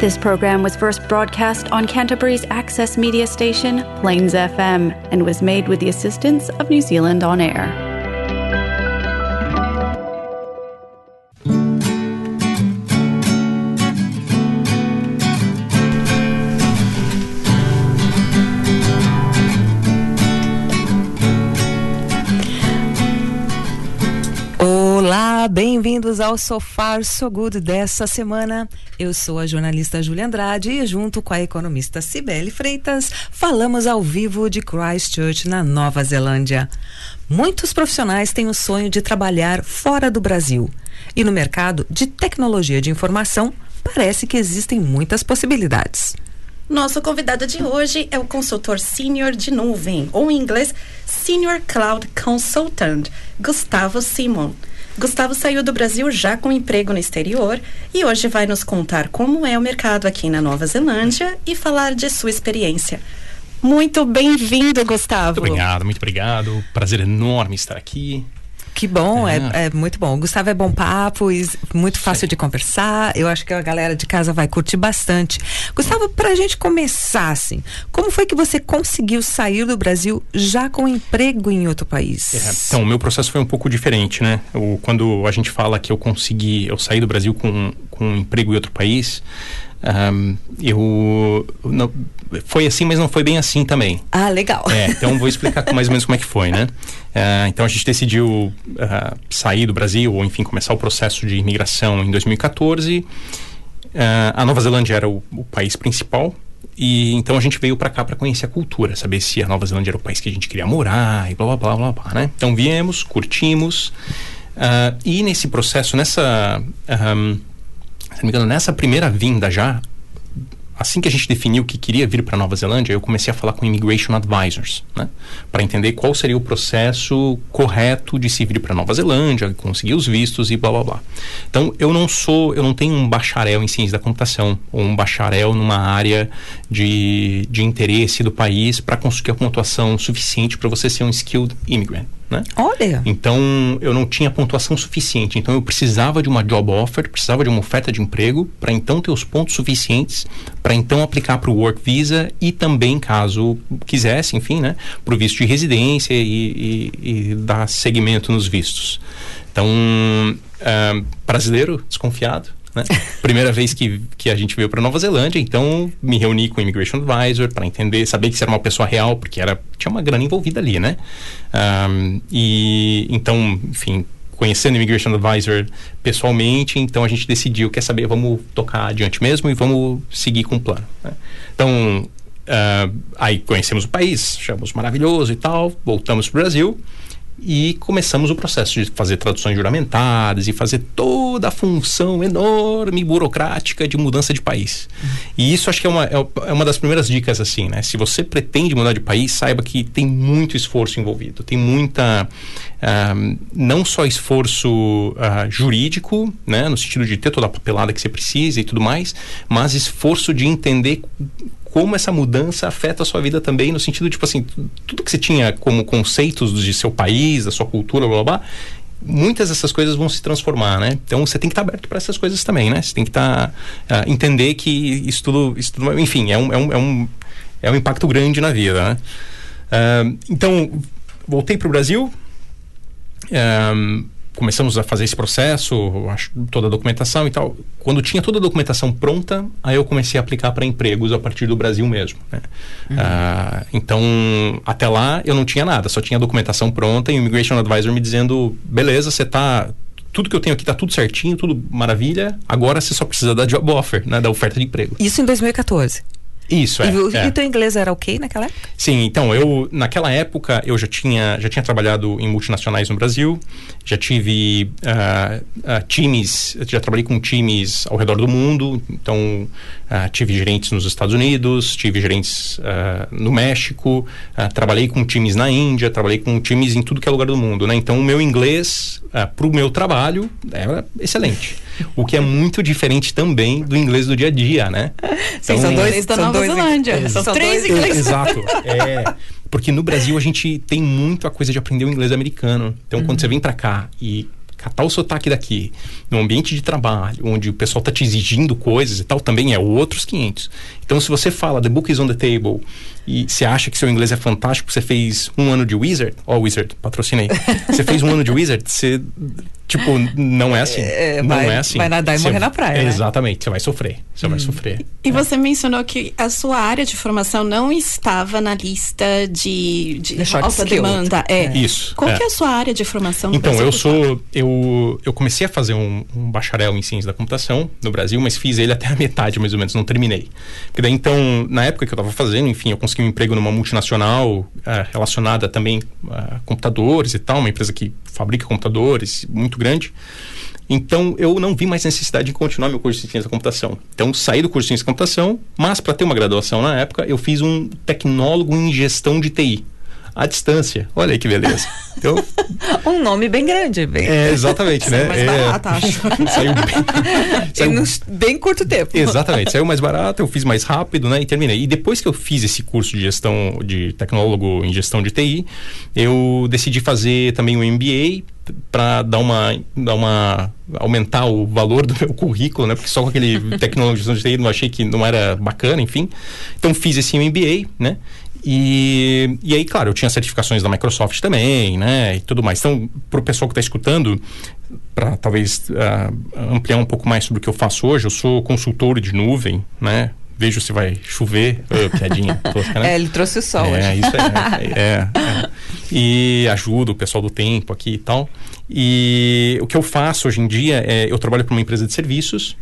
This program was first broadcast on Canterbury's access media station, Plains FM, and was made with the assistance of New Zealand On Air. Olá, bem-vindos ao So Far So Good dessa semana. Eu sou a jornalista Júlia Andrade e junto com a economista Cibele Freitas falamos ao vivo de Christchurch, na Nova Zelândia. Muitos profissionais têm o sonho de trabalhar fora do Brasil e no mercado de tecnologia de informação parece que existem muitas possibilidades. Nosso convidado de hoje é o consultor sênior de nuvem, ou em inglês Senior Cloud Consultant, Gustavo Simon. Gustavo saiu do Brasil já com emprego no exterior e hoje vai nos contar como é o mercado aqui na Nova Zelândia e falar de sua experiência. Muito bem-vindo, Gustavo. Muito obrigado. Prazer enorme estar aqui. Que bom, é muito bom. O Gustavo é bom papo e muito fácil de conversar. Eu acho que a galera de casa vai curtir bastante. Gustavo, pra gente começar assim, como foi que você conseguiu sair do Brasil já com emprego em outro país? Então, o meu processo foi um pouco diferente, né? Quando a gente fala que eu saí do Brasil com um emprego em outro país, foi assim, mas não foi bem assim também. Ah, legal. Então vou explicar mais ou menos como é que foi, né? Então a gente decidiu sair do Brasil, ou enfim, começar o processo de imigração em 2014. A Nova Zelândia era o país principal, e então a gente veio para cá para conhecer a cultura, saber se a Nova Zelândia era o país que a gente queria morar, e blá blá blá blá blá, né? Então viemos, curtimos, e nesse processo, se não me engano, nessa primeira vinda já, assim que a gente definiu que queria vir para Nova Zelândia, eu comecei a falar com Immigration Advisors, né? Para entender qual seria o processo correto de se vir para Nova Zelândia, conseguir os vistos e blá blá blá. Então, eu não tenho um bacharel em ciência da computação, ou um bacharel numa área de interesse do país para conseguir a pontuação suficiente para você ser um skilled immigrant, né? Olha! Então, eu não tinha pontuação suficiente. Então, eu precisava de uma job offer, precisava de uma oferta de emprego para então ter os pontos suficientes para então aplicar para o Work Visa e também, caso quisesse, enfim, né, para o visto de residência e dar seguimento nos vistos. Então, brasileiro, desconfiado, né? Primeira vez que a gente veio para Nova Zelândia, então me reuni com o Immigration Advisor para entender, saber que você era uma pessoa real, porque tinha uma grana envolvida ali, né? E então, enfim, conhecendo o Immigration Advisor pessoalmente, então a gente decidiu, quer saber, vamos tocar adiante mesmo e vamos seguir com o plano, né? Então, aí conhecemos o país, achamos maravilhoso e tal, voltamos para o Brasil e começamos o processo de fazer traduções juramentadas e fazer toda a função enorme, burocrática de mudança de país. E isso acho que é uma das primeiras dicas, assim, né? Se você pretende mudar de país, saiba que tem muito esforço envolvido. Tem muita... não só esforço jurídico, né? No sentido de ter toda a papelada que você precisa e tudo mais, mas esforço de entender como essa mudança afeta a sua vida também, no sentido, tipo assim, tudo que você tinha como conceitos de seu país, da sua cultura, blá, blá, blá, muitas dessas coisas vão se transformar, né? Então, você tem que estar aberto para essas coisas também, né? Você tem que entender que isso tudo, enfim, é um impacto grande na vida, né? Então, voltei para o Brasil, começamos a fazer esse processo, toda a documentação e tal. Quando tinha toda a documentação pronta, aí eu comecei a aplicar para empregos a partir do Brasil mesmo, né? Então, até lá eu não tinha nada, só tinha a documentação pronta e o Immigration Advisor me dizendo, beleza, tudo que eu tenho aqui tá tudo certinho, tudo maravilha, agora você só precisa da job offer, né? Da oferta de emprego. Isso em 2014? Isso, E o teu inglês era ok naquela época? Sim, então, naquela época, eu já tinha trabalhado em multinacionais no Brasil, já tive times, já trabalhei com times ao redor do mundo, então, tive gerentes nos Estados Unidos, tive gerentes no México, trabalhei com times na Índia, trabalhei com times em tudo que é lugar do mundo, né? Então, o meu inglês, pro meu trabalho, era excelente. O que é muito diferente também do inglês do dia a dia, né? Sim, são dois da Nova Zelândia. São três ingleses. Exato. Porque no Brasil a gente tem muito a coisa de aprender o inglês americano. Então, quando você vem pra cá e catar o sotaque daqui, no ambiente de trabalho, onde o pessoal está te exigindo coisas e tal, também é outros 500. Então, se você fala The Book is on the Table e você acha que seu inglês é fantástico, você fez 1 ano de Wizard, Wizard, patrocinei. Você fez 1 ano de Wizard, você, tipo, não é assim. Não é assim. Vai nadar e morrer na praia, né? Exatamente, você vai sofrer. Você vai sofrer. E você mencionou que a sua área de formação não estava na lista de alta demanda. Isso. Qual que é a sua área de formação no Então, Brasil? eu comecei a fazer um bacharel em ciência da computação no Brasil, mas fiz ele até a metade, mais ou menos, não terminei. Porque daí, então, na época que eu estava fazendo, enfim, eu consegui um emprego numa multinacional relacionada também a computadores e tal, uma empresa que fabrica computadores, muito grande. Então, eu não vi mais necessidade de continuar meu curso de ciência da computação. Então, saí do curso de ciência da computação, mas para ter uma graduação na época, eu fiz um tecnólogo em gestão de TI. À distância. Olha aí que beleza. Então, um nome bem grande. Exatamente, né? Mais barato, acho. Saiu bem curto tempo. Exatamente. Saiu mais barato, eu fiz mais rápido, né? E terminei. E depois que eu fiz esse curso de gestão, de tecnólogo em gestão de TI, eu decidi fazer também um MBA para aumentar o valor do meu currículo, né? Porque só com aquele tecnólogo em gestão de TI eu achei que não era bacana, enfim. Então, fiz esse MBA, né? E aí, claro, eu tinha certificações da Microsoft também, né, e tudo mais. Então, para o pessoal que está escutando, para talvez ampliar um pouco mais sobre o que eu faço hoje, eu sou consultor de nuvem, né, vejo se vai chover, piadinha tosca, né? Ele trouxe o sol hoje. Isso e ajudo o pessoal do tempo aqui e tal. E o que eu faço hoje em dia eu trabalho para uma empresa de serviços,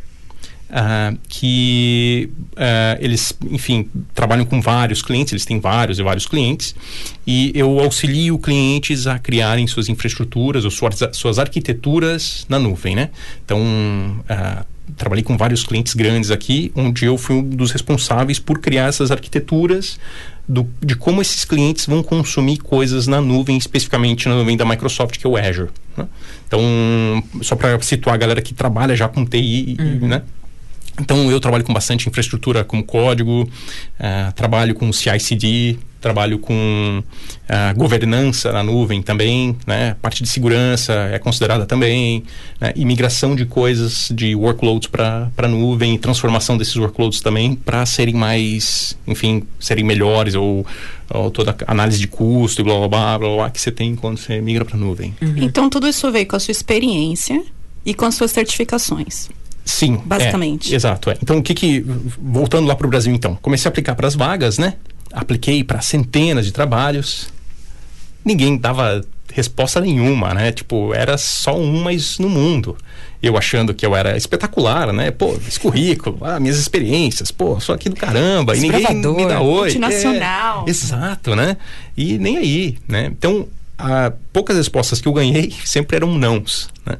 que eles, enfim, trabalham com vários clientes, eles têm vários e vários clientes, e eu auxilio clientes a criarem suas infraestruturas ou suas arquiteturas na nuvem, né? Então, trabalhei com vários clientes grandes aqui, onde eu fui um dos responsáveis por criar essas arquiteturas de como esses clientes vão consumir coisas na nuvem, especificamente na nuvem da Microsoft, que é o Azure, né? Então, só para situar a galera que trabalha já com TI, né? Então, eu trabalho com bastante infraestrutura como código, trabalho com CI/CD, trabalho com governança na nuvem também, né? Parte de segurança é considerada também, né? E migração de coisas, de workloads para a nuvem, transformação desses workloads também para serem mais, enfim, serem melhores, ou toda a análise de custo e blá, blá, blá, blá, blá, que você tem quando você migra para a nuvem. Então, tudo isso veio com a sua experiência e com as suas certificações. Sim, basicamente. Exato. Então, voltando lá para o Brasil, então, comecei a aplicar para as vagas, né? Apliquei para centenas de trabalhos, ninguém dava resposta nenhuma, né? Tipo, era só um mais no mundo. Eu achando que eu era espetacular, né? Pô, esse currículo, minhas experiências, pô, sou aqui do caramba, e ninguém me dá oi. Multinacional. Exato, né? E nem aí, né? Então, poucas respostas que eu ganhei sempre eram nãos, né?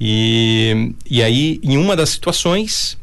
E aí, em uma das situações,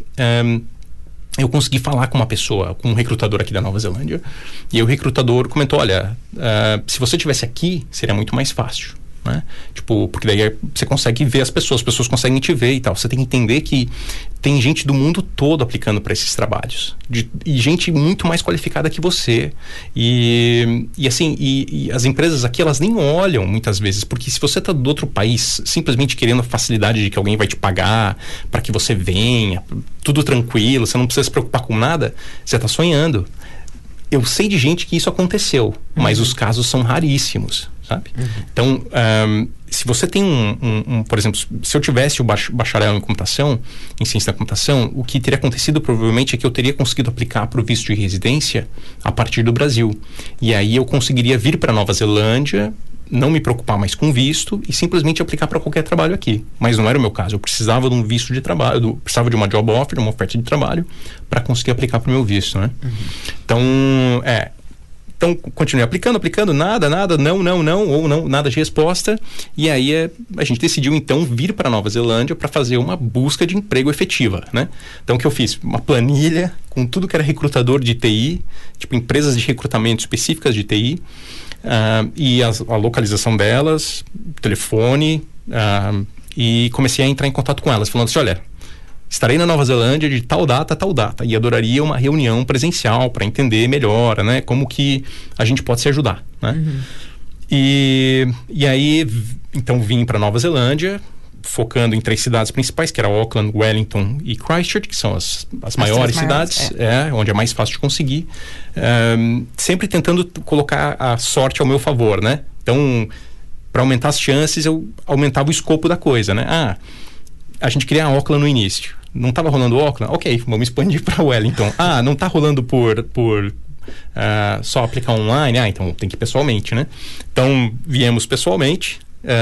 eu consegui falar com uma pessoa, com um recrutador aqui da Nova Zelândia, e o recrutador comentou, olha, se você estivesse aqui, seria muito mais fácil, né? Tipo, porque daí você consegue ver as pessoas conseguem te ver e tal. Você tem que entender que tem gente do mundo todo aplicando para esses trabalhos, e gente muito mais qualificada que você, e assim, e as empresas aqui, elas nem olham muitas vezes, porque se você está do outro país simplesmente querendo a facilidade de que alguém vai te pagar para que você venha, tudo tranquilo, você não precisa se preocupar com nada, você está sonhando. Eu sei de gente que isso aconteceu, mas os casos são raríssimos, sabe? Então, se você tem por exemplo, se eu tivesse o bacharel em computação, em ciência da computação, o que teria acontecido provavelmente é que eu teria conseguido aplicar para o visto de residência a partir do Brasil. E aí eu conseguiria vir para Nova Zelândia, não me preocupar mais com visto e simplesmente aplicar para qualquer trabalho aqui. Mas não era o meu caso. Eu precisava de um visto de trabalho, precisava de uma job offer, de uma oferta de trabalho para conseguir aplicar para o meu visto, né? Então, continuei aplicando, nada, não, ou não, nada de resposta. E aí a gente decidiu, então, vir para Nova Zelândia para fazer uma busca de emprego efetiva, né? Então, o que eu fiz? Uma planilha com tudo que era recrutador de TI, tipo empresas de recrutamento específicas de TI, e a localização delas, telefone, e comecei a entrar em contato com elas, falando assim, olha, estarei na Nova Zelândia de tal data a tal data, e adoraria uma reunião presencial para entender melhor, né, como que a gente pode se ajudar, né? E aí, então, vim para Nova Zelândia, focando em 3 cidades principais, que era Auckland, Wellington e Christchurch, que são as maiores cidades, onde é mais fácil de conseguir. Sempre tentando colocar a sorte ao meu favor, né? Então, para aumentar as chances, eu aumentava o escopo da coisa, né? A gente queria Auckland no início. Não estava rolando Auckland? Ok, vamos expandir para Wellington. Não está rolando por só aplicar online? Então tem que ir pessoalmente, né? Então, viemos pessoalmente.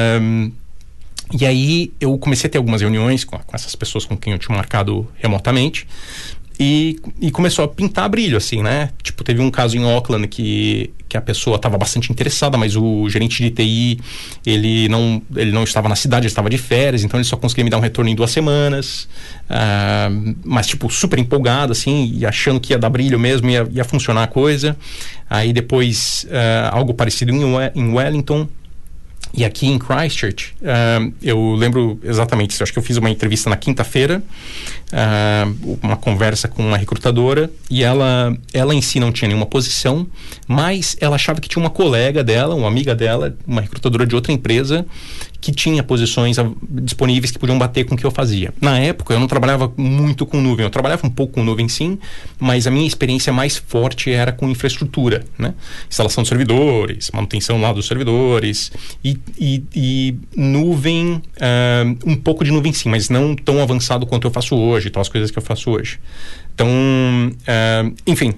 E aí eu comecei a ter algumas reuniões com essas pessoas com quem eu tinha marcado remotamente. E começou a pintar brilho, assim, né? Tipo, teve um caso em Auckland que a pessoa estava bastante interessada, mas o gerente de TI, ele não estava na cidade, ele estava de férias, então ele só conseguia me dar um retorno em 2 semanas. Mas, tipo, super empolgado, assim, e achando que ia dar brilho mesmo, ia funcionar a coisa. Aí depois, algo parecido em Wellington. E aqui em Christchurch, eu lembro exatamente isso. Acho que eu fiz uma entrevista na quinta-feira, uma conversa com uma recrutadora, e ela em si não tinha nenhuma posição, mas ela achava que tinha uma colega dela, uma amiga dela, uma recrutadora de outra empresa, que tinha posições disponíveis que podiam bater com o que eu fazia. Na época, eu não trabalhava muito com nuvem. Eu trabalhava um pouco com nuvem, sim, mas a minha experiência mais forte era com infraestrutura, né? Instalação de servidores, manutenção lá dos servidores e nuvem, um pouco de nuvem, sim, mas não tão avançado quanto eu faço hoje, tal, as coisas que eu faço hoje. Então, enfim,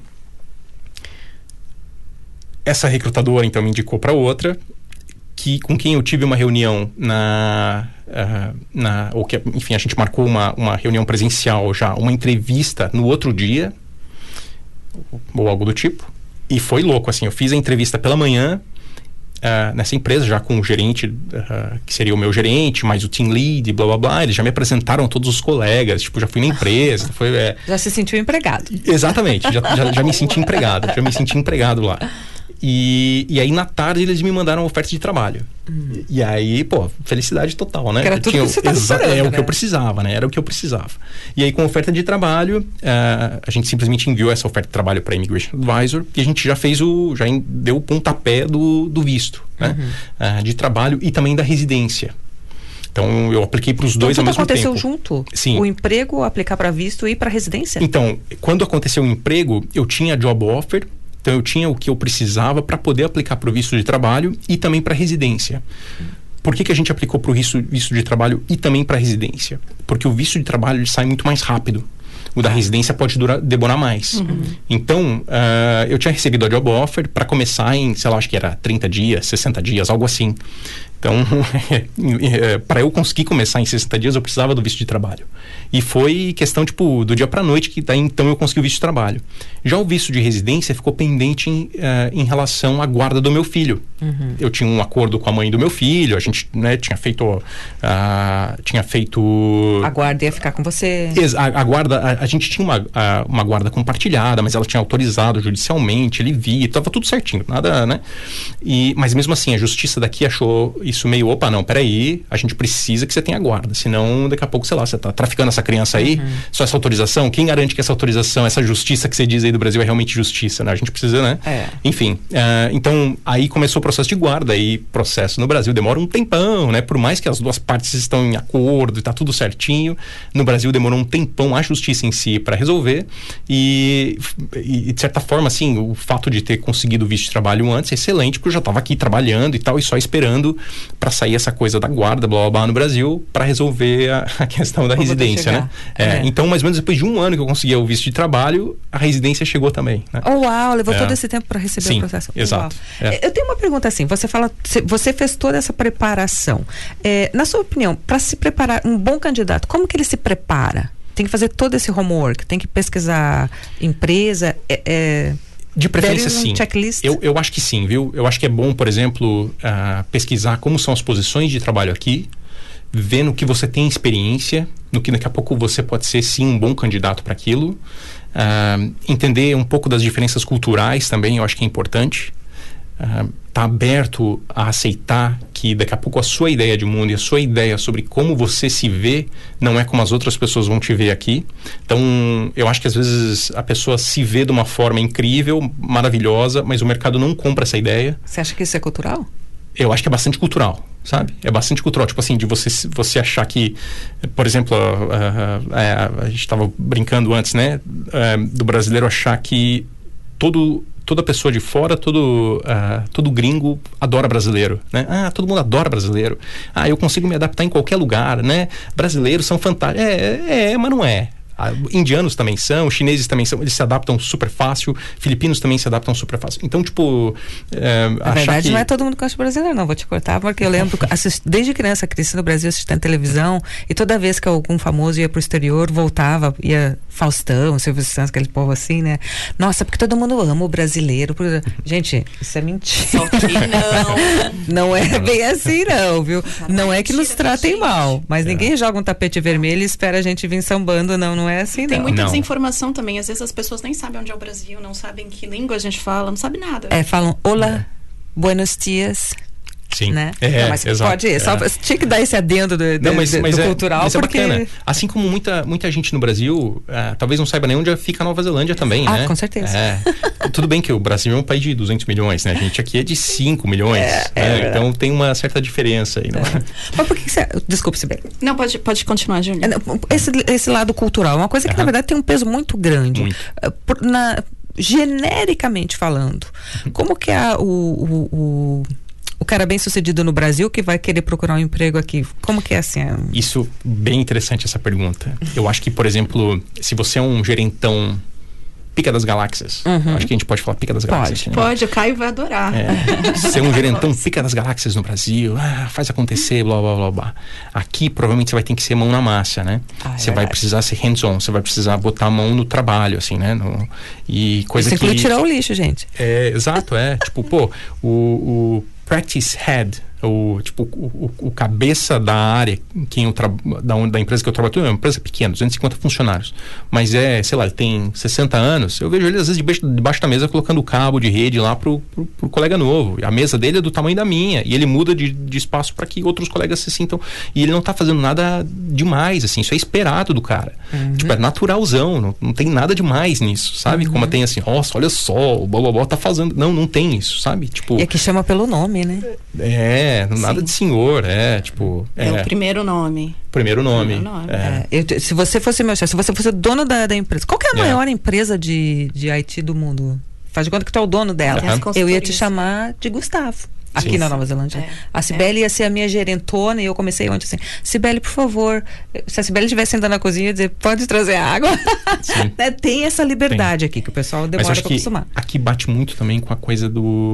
essa recrutadora, então, me indicou para outra, com quem eu tive uma reunião enfim, a gente marcou uma reunião presencial já, uma entrevista no outro dia, ou algo do tipo, e foi louco, assim, eu fiz a entrevista pela manhã, nessa empresa, já com o gerente, que seria o meu gerente, mais o team lead, blá blá blá, eles já me apresentaram todos os colegas, tipo, já fui na empresa, já se sentiu empregado. Exatamente, já me senti empregado lá. E aí na tarde eles me mandaram uma oferta de trabalho. E aí, felicidade total, né? Que era tudo que você estava esperando, o que eu precisava, né? Era o que eu precisava. E aí com a oferta de trabalho, a gente simplesmente enviou essa oferta de trabalho para a Immigration Advisor e a gente já deu o pontapé do visto, né? De trabalho e também da residência. Então, eu apliquei para os dois ao mesmo tempo. Tudo aconteceu junto? Sim. O emprego, aplicar para visto e para residência? Então, quando aconteceu o emprego, eu tinha job offer. Então, eu tinha o que eu precisava para poder aplicar para o visto de trabalho e também para residência. Por que a gente aplicou para o visto de trabalho e também para residência? Porque o visto de trabalho ele sai muito mais rápido. O da residência pode demorar mais. Então, eu tinha recebido a job offer para começar em, sei lá, acho que era 30 dias, 60 dias, algo assim. Então, para eu conseguir começar em 60 dias, eu precisava do visto de trabalho. E foi questão, tipo, do dia para noite que daí então eu consegui o visto de trabalho. Já o visto de residência ficou pendente em relação à guarda do meu filho. Eu tinha um acordo com a mãe do meu filho, a gente, né, tinha feito... A guarda ia ficar com você? A guarda, a gente tinha uma guarda compartilhada, mas ela tinha autorizado judicialmente, ele via, estava tudo certinho, nada, né? Mas mesmo assim, a justiça daqui achou isso meio, não, peraí, a gente precisa que você tenha guarda, senão daqui a pouco, sei lá, você tá traficando essa criança aí, só essa autorização, quem garante que essa autorização, essa justiça que você diz aí do Brasil é realmente justiça, né? A gente precisa, né? Enfim, então, aí começou o processo de guarda, e processo no Brasil demora um tempão, né? Por mais que as duas partes estão em acordo e tá tudo certinho, no Brasil demorou um tempão a justiça em si para resolver, e de certa forma, assim, o fato de ter conseguido o visto de trabalho antes é excelente, porque eu já estava aqui trabalhando e tal, e só esperando para sair essa coisa da guarda, blá blá blá, no Brasil, para resolver a questão da residência, né? Então, mais ou menos depois de um ano que eu consegui o visto de trabalho, a residência chegou também, né? Uau, levou todo esse tempo para receber o processo. Exato. Eu tenho uma pergunta assim, você fez toda essa preparação. Na sua opinião, para se preparar, um bom candidato, como que ele se prepara? Tem que fazer todo esse homework, tem que pesquisar empresa, de preferência, sim. Checklist? Eu acho que sim, viu? Eu acho que é bom, por exemplo, pesquisar como são as posições de trabalho aqui, ver no que você tem experiência, no que daqui a pouco você pode ser, sim, um bom candidato para aquilo. Entender um pouco das diferenças culturais também, eu acho que é importante. Tá aberto a aceitar que daqui a pouco a sua ideia de mundo e a sua ideia sobre como você se vê não é como as outras pessoas vão te ver aqui. Então, eu acho que às vezes a pessoa se vê de uma forma incrível, maravilhosa, mas o mercado não compra essa ideia. Você acha que isso é cultural? eu acho que é bastante cultural, sabe? É bastante cultural, tipo assim, de você achar que, por exemplo, a gente estava brincando antes, né? Do brasileiro achar que toda pessoa de fora, todo gringo adora brasileiro, né? Todo mundo adora brasileiro. Eu consigo me adaptar em qualquer lugar, né? Brasileiros são fantásticos. Mas não é. Indianos também são, chineses também são, eles se adaptam super fácil, filipinos também se adaptam super fácil. Então, tipo... Na verdade, não é todo mundo que gosta de brasileiro, não. Vou te cortar, porque eu lembro, desde criança, cresci no Brasil, assistindo televisão, e toda vez que algum famoso ia pro exterior, voltava, ia Faustão, Silvio Santos, aquele povo assim, né? Nossa, porque todo mundo ama o brasileiro. Gente, isso é mentira. Só que não é bem assim, não, viu? Não é que nos tratem mal, mas ninguém joga um tapete vermelho e espera a gente vir sambando, não é assim, não. Tem muita desinformação também. Às vezes as pessoas nem sabem onde é o Brasil, não sabem que língua a gente fala, não sabem nada. Falam, olá, buenos dias. Sim, né? Mas exato, pode ir. Tinha que dar esse adendo do cultural, mas porque... é bacana. Assim como muita gente no Brasil, talvez não saiba nem onde fica a Nova Zelândia também, né? Com certeza. Tudo bem que o Brasil é um país de 200 milhões, né? A gente aqui é de 5 milhões. Então tem uma certa diferença aí, não é? Mas por que você... Desculpe, Sibeli. Não, pode continuar, Júlia. Esse lado cultural é uma coisa que, na verdade, tem um peso muito grande. Muito. Genericamente falando, como que é o cara bem sucedido no Brasil que vai querer procurar um emprego aqui? Como que é assim? Isso, bem interessante essa pergunta. Eu acho que, por exemplo, se você é um gerentão pica das galáxias, acho que a gente pode falar pica das galáxias. Pode, o Caio vai adorar. Ser um gerentão pica das galáxias no Brasil, faz acontecer, blá, blá, blá, blá. Aqui, provavelmente, você vai ter que ser mão na massa, né? Você vai precisar ser hands-on, você vai precisar botar a mão no trabalho, assim, né? E coisa isso inclui tirar o lixo, gente. Exato, tipo, o practice head, o cabeça da área da empresa que eu trabalho, é uma empresa pequena, 250 funcionários, mas sei lá, ele tem 60 anos, eu vejo ele às vezes debaixo da mesa colocando o cabo de rede lá pro colega novo, a mesa dele é do tamanho da minha, e ele muda de espaço para que outros colegas se sintam, e ele não tá fazendo nada demais, assim, isso é esperado do cara, tipo, é naturalzão, não tem nada demais nisso, sabe? Como tem assim, nossa, olha só, o Bobobó tá fazendo, não tem isso, sabe? Tipo, e aqui chama pelo nome, né? Nada Sim. de senhor, É o primeiro nome. Primeiro nome. Se você fosse meu chefe, se você fosse dono da empresa, qual que é a maior empresa de IT do mundo? Faz de conta que tu é o dono dela. Eu ia te chamar de Gustavo. Aqui na Nova Zelândia. A Sibeli ia ser a minha gerentona e eu comecei ontem assim, Sibeli, por favor, se a Sibeli estivesse andando na cozinha, ia dizer, pode trazer água. Tem essa liberdade aqui, que o pessoal demora para acostumar. Aqui bate muito também com a coisa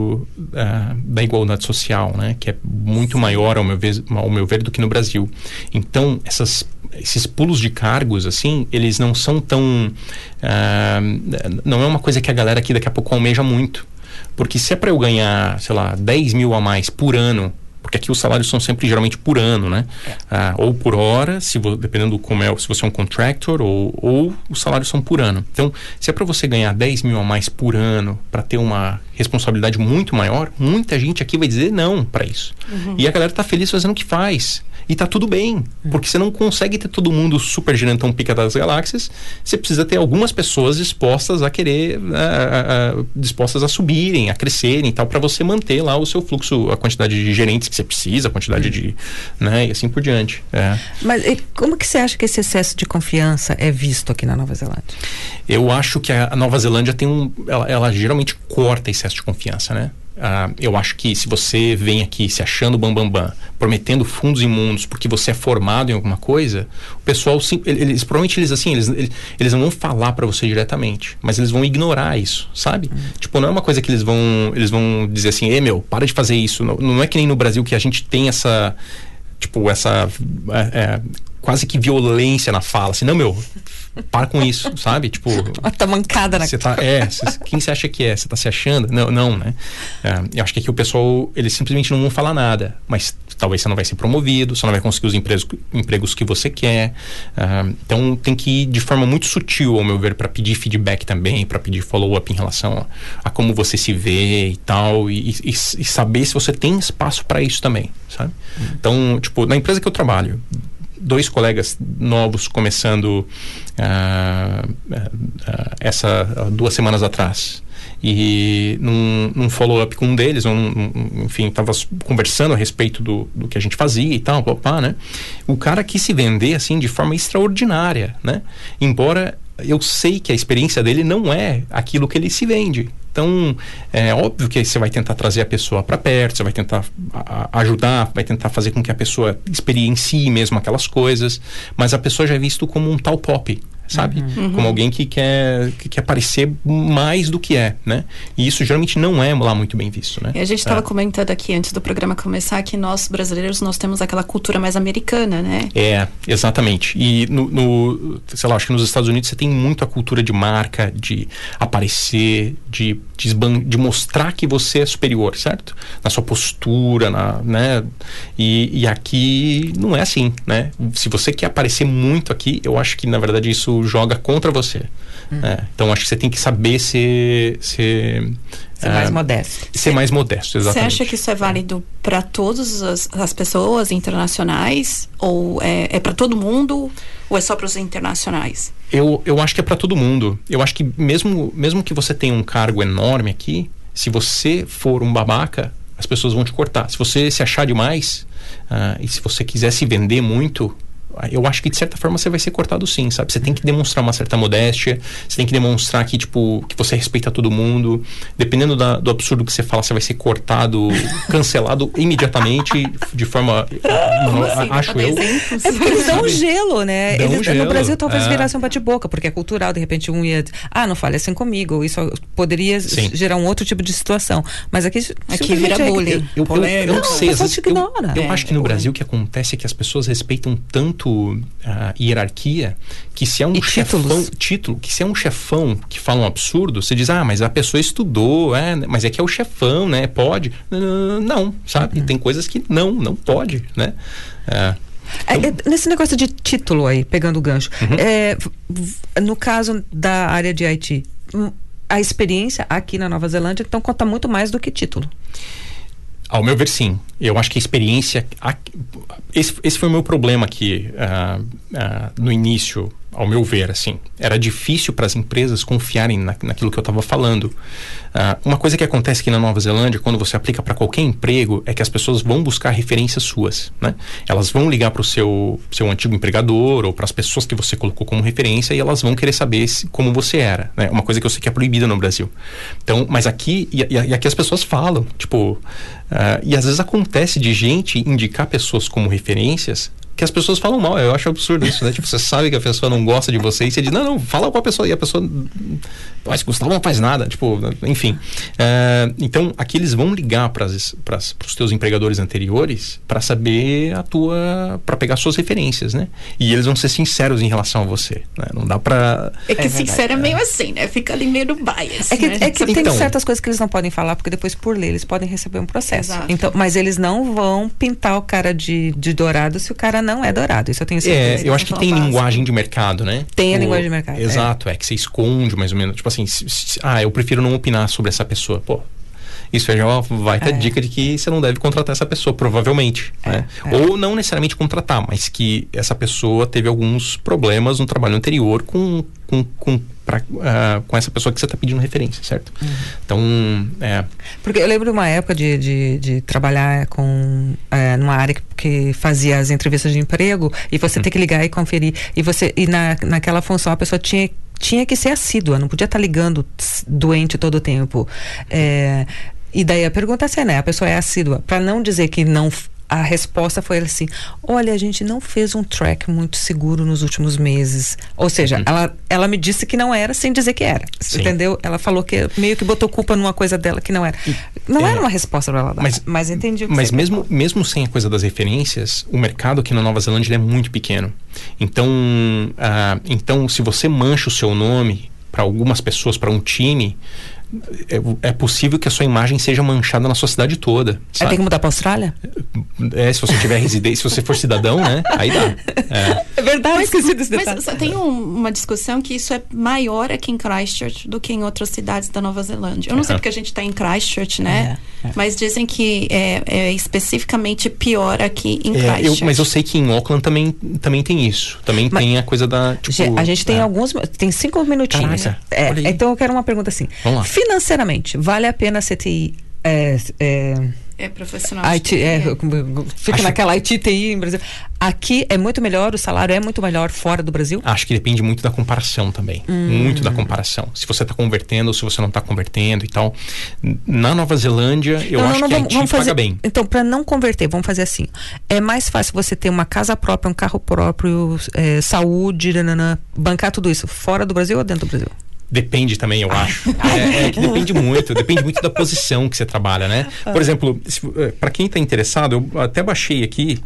da igualdade social, né? Que é muito maior, ao meu ver, do que no Brasil. Então, esses pulos de cargos, assim, eles não são tão... não é uma coisa que a galera aqui daqui a pouco almeja muito. Porque se é para eu ganhar, sei lá, 10 mil a mais por ano, porque aqui os salários são sempre geralmente por ano, né? Ou por hora, dependendo do como se você é um contractor, ou os salários são por ano. Então, se é para você ganhar 10 mil a mais por ano, para ter uma responsabilidade muito maior, muita gente aqui vai dizer não para isso. E a galera tá feliz fazendo o que faz. E tá tudo bem, porque você não consegue ter todo mundo super gerentão pica das galáxias, você precisa ter algumas pessoas dispostas a querer, dispostas a subirem, a crescerem e tal, para você manter lá o seu fluxo, a quantidade de gerentes que você precisa, a quantidade de, né, e assim por diante. Mas como que você acha que esse excesso de confiança é visto aqui na Nova Zelândia? Eu acho que a Nova Zelândia tem ela geralmente corta excesso de confiança, né? Eu acho que se você vem aqui se achando bambambam, prometendo fundos imundos porque você é formado em alguma coisa, o pessoal, provavelmente eles não vão falar para você diretamente, mas eles vão ignorar isso, sabe? Tipo, não é uma coisa que eles vão dizer assim, para de fazer isso. Não é que nem no Brasil que a gente tem essa quase que violência na fala, assim, para com isso, sabe? Tipo, tá mancada na cara. Quem você acha que é? Você tá se achando? Não, né? Eu acho que aqui o pessoal, eles simplesmente não vão falar nada, mas talvez você não vai ser promovido, você não vai conseguir os empregos que você quer. Então tem que ir de forma muito sutil, ao meu ver, para pedir feedback também, para pedir follow-up em relação a como você se vê e tal, e saber se você tem espaço para isso também, sabe? Então, tipo, na empresa que eu trabalho, 2 colegas novos começando 2 semanas atrás. E num follow-up com um deles, enfim, estava conversando a respeito do que a gente fazia e tal, né? O cara quis se vender, assim, de forma extraordinária, né? Embora eu sei que a experiência dele não é aquilo que ele se vende. Então, é óbvio que você vai tentar trazer a pessoa para perto, você vai tentar ajudar, vai tentar fazer com que a pessoa experiencie mesmo aquelas coisas, mas a pessoa já é visto como um tal pop, sabe? Como alguém que quer parecer mais do que é, né? E isso geralmente não é lá muito bem visto, né? E a gente estava comentando aqui antes do programa começar que nós, brasileiros, nós temos aquela cultura mais americana, né? Exatamente. E sei lá, acho que nos Estados Unidos você tem muito a cultura de marca, de aparecer, de mostrar que você é superior, certo? Na sua postura, né? E aqui não é assim, né? Se você quer aparecer muito aqui, eu acho que na verdade isso joga contra você. Né? Então acho que você tem que saber ser mais modesto. Ser mais modesto, exatamente. Você acha que isso é válido para todas as pessoas internacionais? Ou é para todo mundo? Ou é só para os internacionais? Eu acho que é para todo mundo. Eu acho que mesmo que você tenha um cargo enorme aqui, se você for um babaca, as pessoas vão te cortar. Se você se achar demais, e se você quiser se vender muito, eu acho que de certa forma você vai ser cortado sim, sabe? Você tem que demonstrar uma certa modéstia, você tem que demonstrar que, tipo, que você respeita todo mundo. Dependendo do absurdo que você fala, você vai ser cortado, cancelado imediatamente, de forma... acho eu. É porque eles dão um gelo, né? No Brasil talvez virasse um bate-boca, porque é cultural, de repente um ia... não fale assim comigo, isso poderia gerar um outro tipo de situação. Mas aqui vira bullying. Eu não sei, às vezes eu acho que no Brasil o que acontece é que as pessoas respeitam tanto a hierarquia, que se é um que se é um chefão que fala um absurdo, você diz, mas a pessoa estudou, mas é que é o chefão, né? Pode. Não, sabe? Tem coisas que não pode, né? Nesse negócio de título aí, pegando o gancho, no caso da área de IT, a experiência aqui na Nova Zelândia, então, conta muito mais do que título. Ao meu ver, sim. Eu acho que a experiência... Esse foi o meu problema aqui no início, ao meu ver, assim. Era difícil para as empresas confiarem naquilo que eu estava falando. Uma coisa que acontece aqui na Nova Zelândia, quando você aplica para qualquer emprego, é que as pessoas vão buscar referências suas, né? Elas vão ligar para o seu antigo empregador ou para as pessoas que você colocou como referência e elas vão querer saber como você era, né? Uma coisa que eu sei que é proibida no Brasil. Então, mas aqui, e aqui as pessoas falam, tipo... e às vezes acontece de gente indicar pessoas como referências que as pessoas falam mal. Eu acho absurdo isso, né? Tipo, você sabe que a pessoa não gosta de você e você diz, não, fala com a pessoa. E a pessoa, mas Gustavo não faz nada. Tipo, enfim. Então, aqui eles vão ligar para os teus empregadores anteriores para saber para pegar suas referências, né? E eles vão ser sinceros em relação a você, né? Não dá pra... sincero é meio assim, né? Fica ali meio no bias. Tem certas coisas que eles não podem falar, porque depois, por lei, eles podem receber um processo. Então, mas eles não vão pintar o cara de dourado se o cara não é dourado. Isso eu tenho certeza. Eu acho que tem linguagem de mercado, né? Tem a linguagem de mercado. Exato, que você esconde mais ou menos. Tipo assim, eu prefiro não opinar sobre essa pessoa. Pô, isso já vai ter dica de que você não deve contratar essa pessoa, provavelmente. Né? Ou não necessariamente contratar, mas que essa pessoa teve alguns problemas no trabalho anterior com essa pessoa que você está pedindo referência, certo? Então, Porque eu lembro de uma época de trabalhar numa área que fazia as entrevistas de emprego e você tem que ligar e conferir. E naquela função a pessoa tinha que ser assídua, não podia estar ligando doente todo o tempo. E daí a pergunta é, né? A pessoa é assídua, para não dizer que não... A resposta foi assim, olha, a gente não fez um track muito seguro nos últimos meses. Ou seja, ela me disse que não era sem dizer que era. Sim. Entendeu? Ela falou que meio que botou culpa numa coisa dela que não era. Não era uma resposta para ela dar, mas entendi o que mas mesmo sem a coisa das referências, o mercado aqui na Nova Zelândia é muito pequeno. Então, se você mancha o seu nome para algumas pessoas, para um time... É possível que a sua imagem seja manchada na sua cidade toda. Tem que mudar para a Austrália? Se você tiver residência, se você for cidadão, né? Aí dá. É verdade, esqueci desse detalhe. Mas tem uma discussão que isso é maior aqui em Christchurch do que em outras cidades da Nova Zelândia. Eu não sei porque a gente está em Christchurch, né? Mas dizem que é especificamente pior aqui em Christchurch. Mas eu sei que em Auckland também tem isso. Também tem a coisa da... Tipo, a gente tem tem 5 minutinhos. Caraca, então eu quero uma pergunta assim. Vamos lá. financeiramente, vale a pena a CTI profissional. Fica naquela IT-TI em Brasil. Aqui é muito melhor, o salário é muito melhor fora do Brasil? Acho que depende muito da comparação também. Muito da comparação. Se você está convertendo ou se você não está convertendo e tal. Na Nova Zelândia, eu acho que a IT paga bem. Então, para não converter, vamos fazer assim. É mais fácil você ter uma casa própria, um carro próprio, saúde, bancar tudo isso fora do Brasil ou dentro do Brasil? Depende também, eu acho. Que depende muito da posição que você trabalha, né? Por exemplo, para quem está interessado, eu até baixei aqui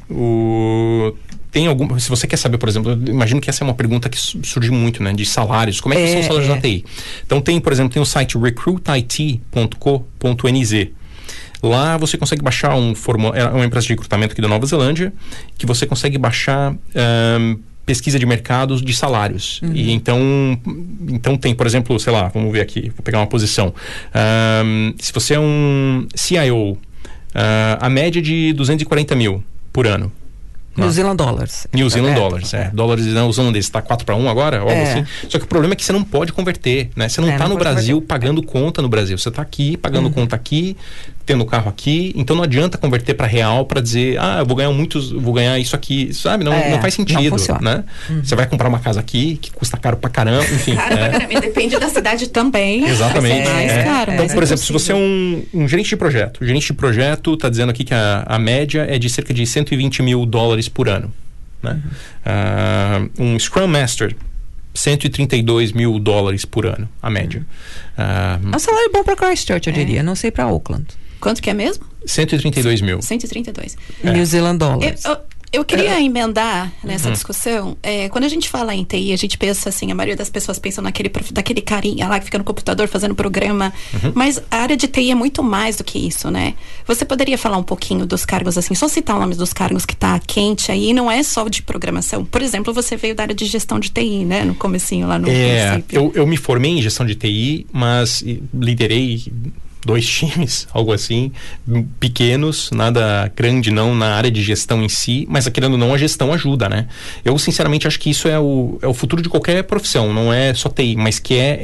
se você quer saber, por exemplo, eu imagino que essa é uma pergunta que surge muito, né? De salários. Como é que são os salários na TI? Então por exemplo, tem o site recruitit.co.nz. Lá você consegue baixar é uma empresa de recrutamento aqui da Nova Zelândia, que você consegue baixar pesquisa de mercados de salários. E então tem, por exemplo, sei lá, vamos ver aqui, vou pegar uma posição. Se você é um CIO, a média de 240 mil por ano. New Zealand Dollars. New Zealand Dollars, Dólares holandeses. Está 4-1 agora? Algo assim. Só que o problema é que você não pode converter, né? Você não está no Brasil pagando conta no Brasil. Você está aqui, pagando conta aqui, tendo carro aqui. Então não adianta converter para real para dizer, eu vou ganhar isso aqui. Sabe? Não faz sentido, né? Você vai comprar uma casa aqui, que custa caro pra caramba, enfim. Depende da cidade também. Exatamente. Mais caro, então, por exemplo, se você é um gerente de projeto. O gerente de projeto está dizendo aqui que a média é de cerca de 120 mil dólares por ano, né? Um Scrum Master, 132 mil dólares por ano, a média. É um salário bom para Christchurch, eu diria. Não sei para Auckland. Quanto que é mesmo? 132 mil. 132. New Zealand Dollars. Eu queria emendar nessa discussão. Quando a gente fala em TI, a gente pensa assim, a maioria das pessoas pensam daquele carinha lá que fica no computador fazendo programa, mas a área de TI é muito mais do que isso, né? Você poderia falar um pouquinho dos cargos, assim, só citar o nome dos cargos que tá quente aí, não é só de programação. Por exemplo, você veio da área de gestão de TI, né? No comecinho lá no princípio. Eu me formei em gestão de TI, mas liderei 2 times, algo assim, pequenos, nada grande não na área de gestão em si, mas querendo ou não, a gestão ajuda, né? Eu sinceramente acho que isso é o futuro de qualquer profissão, não é só TI, mas que é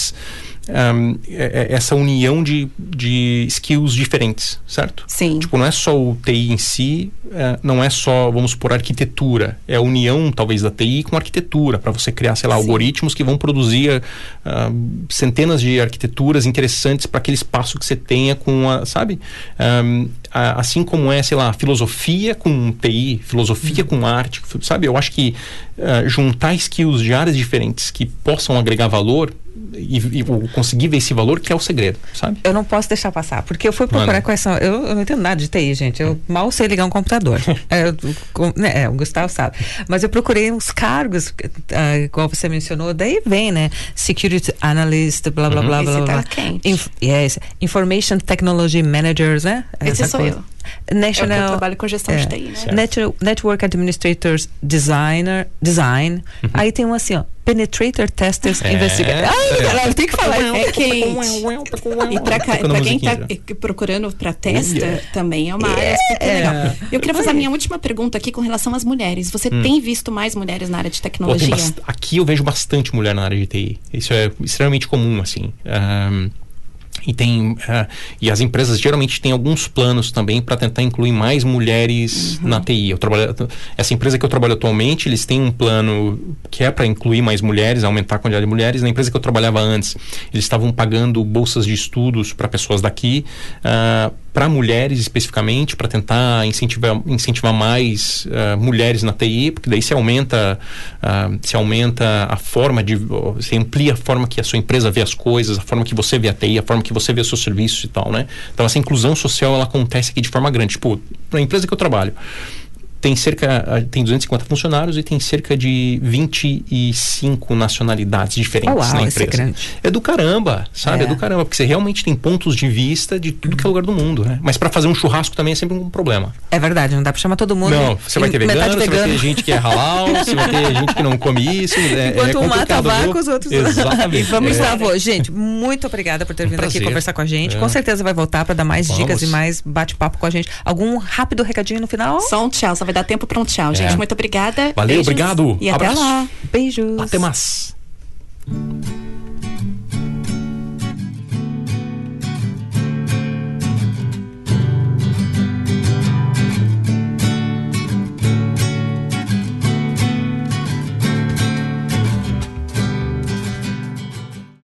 essa união de skills diferentes, certo? Sim. Tipo, não é só o TI em si, não é só, vamos supor, arquitetura, é a união talvez da TI com a arquitetura, para você criar, sei lá, algoritmos que vão produzir centenas de arquiteturas interessantes para aquele espaço que você tenha com sabe? Assim como sei lá, filosofia com TI, filosofia com arte, sabe? Eu acho que juntar skills de áreas diferentes que possam agregar valor e conseguir ver esse valor que é o segredo, sabe? Eu não posso deixar passar, porque eu fui procurar quais são. Eu não entendo nada de TI, gente. Eu mal sei ligar um computador. O Gustavo sabe. Mas eu procurei uns cargos, igual você mencionou, daí vem, né? Security Analyst, blá, blá, blá, blá, blá. Information Technology Managers, né? Esse sou eu. National, eu trabalho com gestão de TI, né? Network Administrators Design. Aí tem um assim, ó, Penetrator Testers Investigator. Galera, tem que falar. É quente. E pra quem tá procurando pra testa, também é uma área super legal. Eu queria fazer a minha última pergunta aqui com relação às mulheres. Você tem visto mais mulheres na área de tecnologia? Aqui eu vejo bastante mulher na área de TI. Isso é extremamente comum, assim. E as empresas geralmente têm alguns planos também para tentar incluir mais mulheres na TI. Essa empresa que eu trabalho atualmente, eles têm um plano que é para incluir mais mulheres, aumentar a quantidade de mulheres. Na empresa que eu trabalhava antes, eles estavam pagando bolsas de estudos para pessoas daqui, para mulheres especificamente, para tentar incentivar mais mulheres na TI, porque daí se aumenta a forma você amplia a forma que a sua empresa vê as coisas, a forma que você vê a TI, a forma que você vê os seus serviços e tal, né? Então essa inclusão social, ela acontece aqui de forma grande. Tipo, na empresa que eu trabalho, tem 250 funcionários e tem cerca de 25 nacionalidades diferentes na empresa. É do caramba, sabe? É do caramba, porque você realmente tem pontos de vista de tudo que é lugar do mundo, né? Mas para fazer um churrasco também é sempre um problema. É verdade, não dá para chamar todo mundo. Não, você vai ter vegano, você vai ter gente que é halal, você vai ter gente que não come isso. Enquanto um mata vaca, os outros... Exatamente. Vamos lá, gente, muito obrigada por ter vindo aqui conversar com a gente. Com certeza vai voltar para dar mais dicas e mais bate-papo com a gente. Algum rápido recadinho no final? Só um tchau, só vai dar tempo para um tchau, gente. Muito obrigada. Valeu, beijos, obrigado. E até lá. Beijos. Até mais.